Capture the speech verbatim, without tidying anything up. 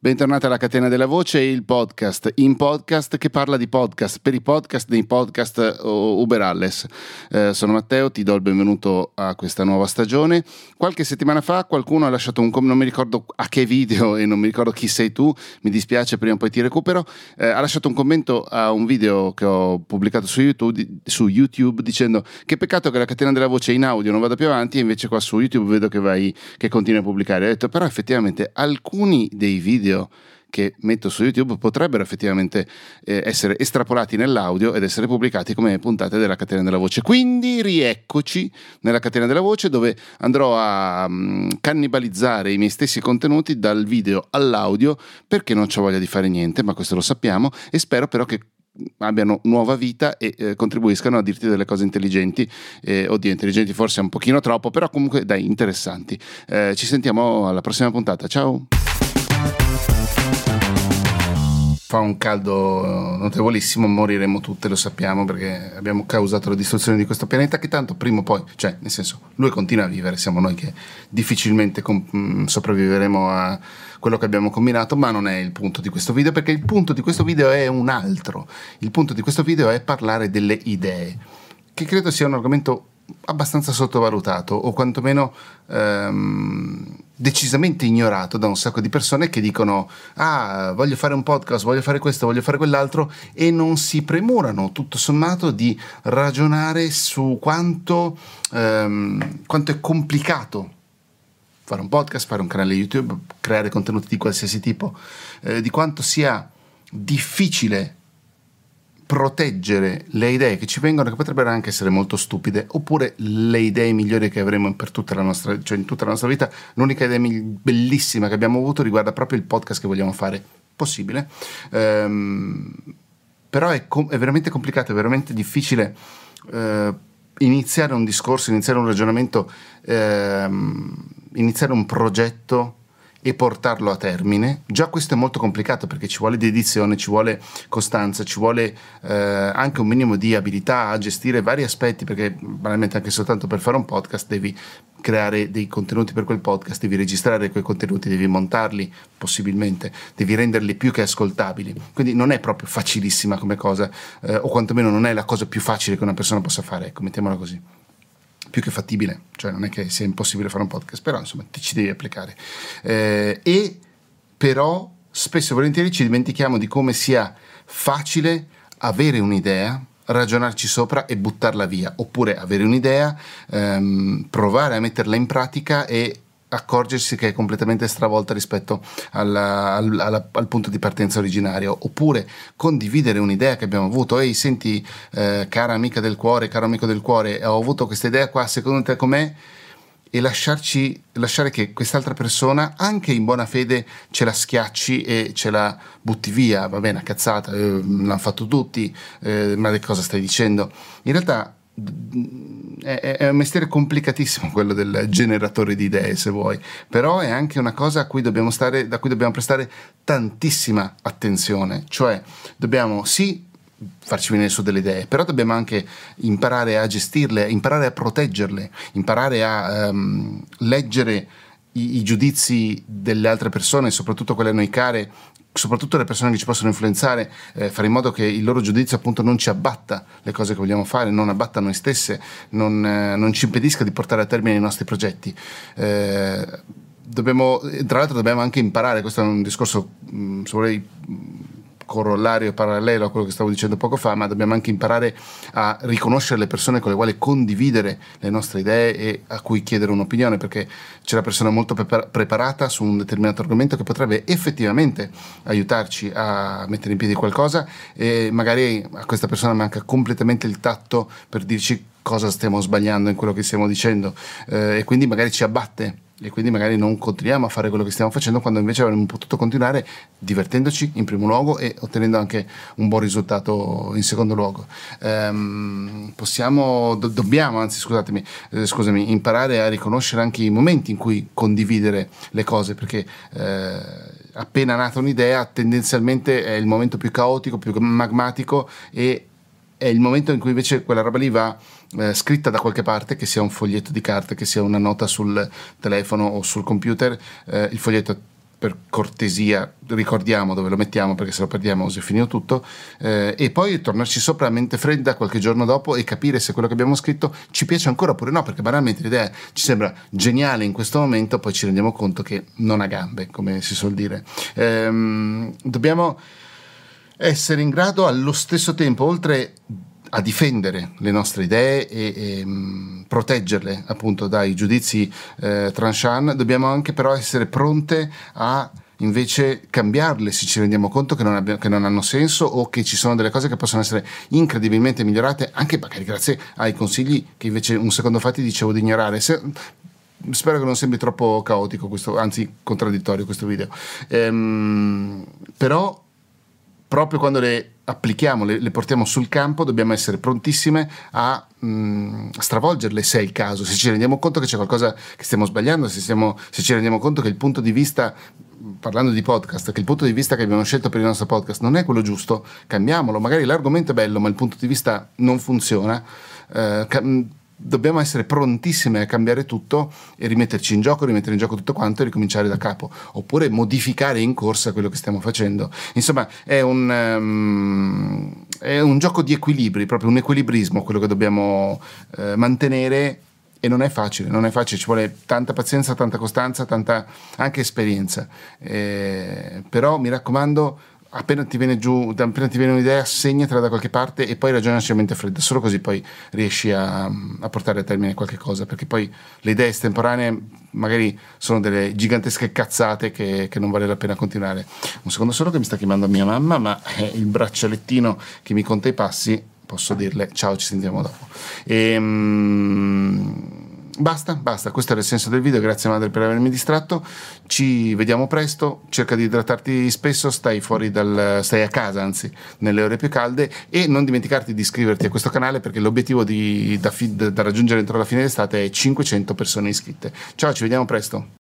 Bentornati alla Catena della Voce, il podcast in podcast che parla di podcast per i podcast dei podcast Uberalles. Eh, sono Matteo, ti do il benvenuto a questa nuova stagione. Qualche settimana fa qualcuno ha lasciato un commento, non mi ricordo a che video e non mi ricordo chi sei tu, mi dispiace, prima o poi ti recupero, eh, ha lasciato un commento a un video che ho pubblicato su YouTube, su YouTube dicendo che peccato che la Catena della Voce in audio non vada più avanti e invece qua su YouTube vedo che vai, che continui a pubblicare. Ho detto però effettivamente alcuni dei video che metto su YouTube potrebbero effettivamente eh, essere estrapolati nell'audio ed essere pubblicati come puntate della Catena della Voce. Quindi rieccoci nella Catena della Voce, dove andrò a um, cannibalizzare i miei stessi contenuti dal video all'audio, perché non c'ho voglia di fare niente, ma questo lo sappiamo, e spero però che abbiano nuova vita e eh, contribuiscano a dirti delle cose intelligenti, eh, oddio intelligenti forse è un pochino troppo, però comunque dai, interessanti. Eh, ci sentiamo alla prossima puntata, ciao! Fa un caldo notevolissimo, moriremo tutte, lo sappiamo, perché abbiamo causato la distruzione di questo pianeta che tanto prima o poi, cioè nel senso, lui continua a vivere, siamo noi che difficilmente com- sopravviveremo a quello che abbiamo combinato, ma non è il punto di questo video, perché il punto di questo video è un altro. Il punto di questo video è parlare delle idee, che credo sia un argomento abbastanza sottovalutato o quantomeno ehm, decisamente ignorato da un sacco di persone che dicono ah voglio fare un podcast, voglio fare questo, voglio fare quell'altro, e non si premurano tutto sommato di ragionare su quanto ehm, quanto è complicato fare un podcast, fare un canale YouTube, creare contenuti di qualsiasi tipo, eh, di quanto sia difficile proteggere le idee che ci vengono, che potrebbero anche essere molto stupide, oppure le idee migliori che avremo per tutta la nostra, cioè in tutta la nostra vita. L'unica idea bellissima che abbiamo avuto riguarda proprio il podcast che vogliamo fare possibile, ehm, però è, com- è veramente complicato, è veramente difficile eh, iniziare un discorso, iniziare un ragionamento, ehm, iniziare un progetto e portarlo a termine. Già questo è molto complicato, perché ci vuole dedizione, ci vuole costanza, ci vuole eh, anche un minimo di abilità a gestire vari aspetti, perché banalmente anche soltanto per fare un podcast devi creare dei contenuti per quel podcast, devi registrare quei contenuti, devi montarli possibilmente, devi renderli più che ascoltabili, quindi non è proprio facilissima come cosa, eh, o quantomeno non è la cosa più facile che una persona possa fare, ecco, mettiamola così. Più che fattibile, cioè non è che sia impossibile fare un podcast, però insomma ti ci devi applicare, eh, e però spesso e volentieri ci dimentichiamo di come sia facile avere un'idea, ragionarci sopra e buttarla via, oppure avere un'idea, ehm, provare a metterla in pratica e accorgersi che è completamente stravolta rispetto alla, al, alla, al punto di partenza originario, oppure condividere un'idea che abbiamo avuto. Ehi, senti, eh, cara amica del cuore, caro amico del cuore, ho avuto questa idea qua, secondo te com'è? E lasciarci, lasciare che quest'altra persona, anche in buona fede, ce la schiacci e ce la butti via. Va bene, cazzata, eh, l'hanno fatto tutti, eh, ma che cosa stai dicendo? In realtà è un mestiere complicatissimo quello del generatore di idee, se vuoi, però è anche una cosa a cui dobbiamo stare, da cui dobbiamo prestare tantissima attenzione, cioè dobbiamo sì farci venire su delle idee, però dobbiamo anche imparare a gestirle, imparare a proteggerle, imparare a um, leggere i, i giudizi delle altre persone, soprattutto quelle a noi care, soprattutto le persone che ci possono influenzare, eh, fare in modo che il loro giudizio appunto non ci abbatta le cose che vogliamo fare, non abbatta noi stesse, non, eh, non ci impedisca di portare a termine i nostri progetti. Eh, dobbiamo, tra l'altro dobbiamo anche imparare, questo è un discorso mh, se vorrei corollario e parallelo a quello che stavo dicendo poco fa, ma dobbiamo anche imparare a riconoscere le persone con le quali condividere le nostre idee e a cui chiedere un'opinione, perché c'è la persona molto prepar- preparata su un determinato argomento che potrebbe effettivamente aiutarci a mettere in piedi qualcosa, e magari a questa persona manca completamente il tatto per dirci cosa stiamo sbagliando in quello che stiamo dicendo, eh, e quindi magari ci abbatte, e quindi magari non continuiamo a fare quello che stiamo facendo, quando invece avremmo potuto continuare divertendoci in primo luogo e ottenendo anche un buon risultato in secondo luogo. Ehm, possiamo, do, dobbiamo, anzi scusatemi, eh, scusami, imparare a riconoscere anche i momenti in cui condividere le cose, perché eh, appena nata un'idea tendenzialmente è il momento più caotico, più magmatico, e è il momento in cui invece quella roba lì va eh, scritta da qualche parte, che sia un foglietto di carta, che sia una nota sul telefono o sul computer. Eh, il foglietto per cortesia ricordiamo dove lo mettiamo, perché se lo perdiamo si è finito tutto, eh, e poi tornarci sopra a mente fredda qualche giorno dopo e capire se quello che abbiamo scritto ci piace ancora oppure no, perché banalmente l'idea ci sembra geniale in questo momento, poi ci rendiamo conto che non ha gambe, come si suol dire. Ehm, dobbiamo essere in grado allo stesso tempo, oltre a difendere le nostre idee e, e mh, proteggerle appunto dai giudizi eh, tranchant, dobbiamo anche però essere pronte a invece cambiarle se ci rendiamo conto che non, abbia, che non hanno senso o che ci sono delle cose che possono essere incredibilmente migliorate, anche magari grazie ai consigli che invece un secondo fa ti dicevo di ignorare. Se, spero che non sembri troppo caotico questo, anzi contraddittorio questo video, ehm, però proprio quando le applichiamo, le, le portiamo sul campo, dobbiamo essere prontissime a mh, stravolgerle se è il caso, se ci rendiamo conto che c'è qualcosa che stiamo sbagliando, se, stiamo, se ci rendiamo conto che il punto di vista, parlando di podcast, che il punto di vista che abbiamo scelto per il nostro podcast non è quello giusto, cambiamolo, magari l'argomento è bello ma il punto di vista non funziona, eh, cam- dobbiamo essere prontissime a cambiare tutto e rimetterci in gioco, rimettere in gioco tutto quanto e ricominciare da capo, oppure modificare in corsa quello che stiamo facendo. Insomma, è un, um, è un gioco di equilibri, proprio un equilibrismo quello che dobbiamo uh, mantenere, e non è facile, non è facile, ci vuole tanta pazienza, tanta costanza, tanta anche esperienza, eh, però mi raccomando, appena ti viene giù, appena ti viene un'idea, segnatela da qualche parte e poi ragionaci a mente fredda, solo così poi riesci a, a portare a termine qualche cosa, perché poi le idee estemporanee magari sono delle gigantesche cazzate che, che non vale la pena continuare. Un secondo solo che mi sta chiamando mia mamma, ma è il braccialettino che mi conta i passi, posso dirle ciao, ci sentiamo dopo. E, mm, Basta, basta, questo era il senso del video, grazie madre per avermi distratto, ci vediamo presto, cerca di idratarti spesso, stai fuori dal, stai a casa anzi, nelle ore più calde, e non dimenticarti di iscriverti a questo canale perché l'obiettivo di, da, da raggiungere entro la fine d'estate è cinquecento persone iscritte. Ciao, ci vediamo presto.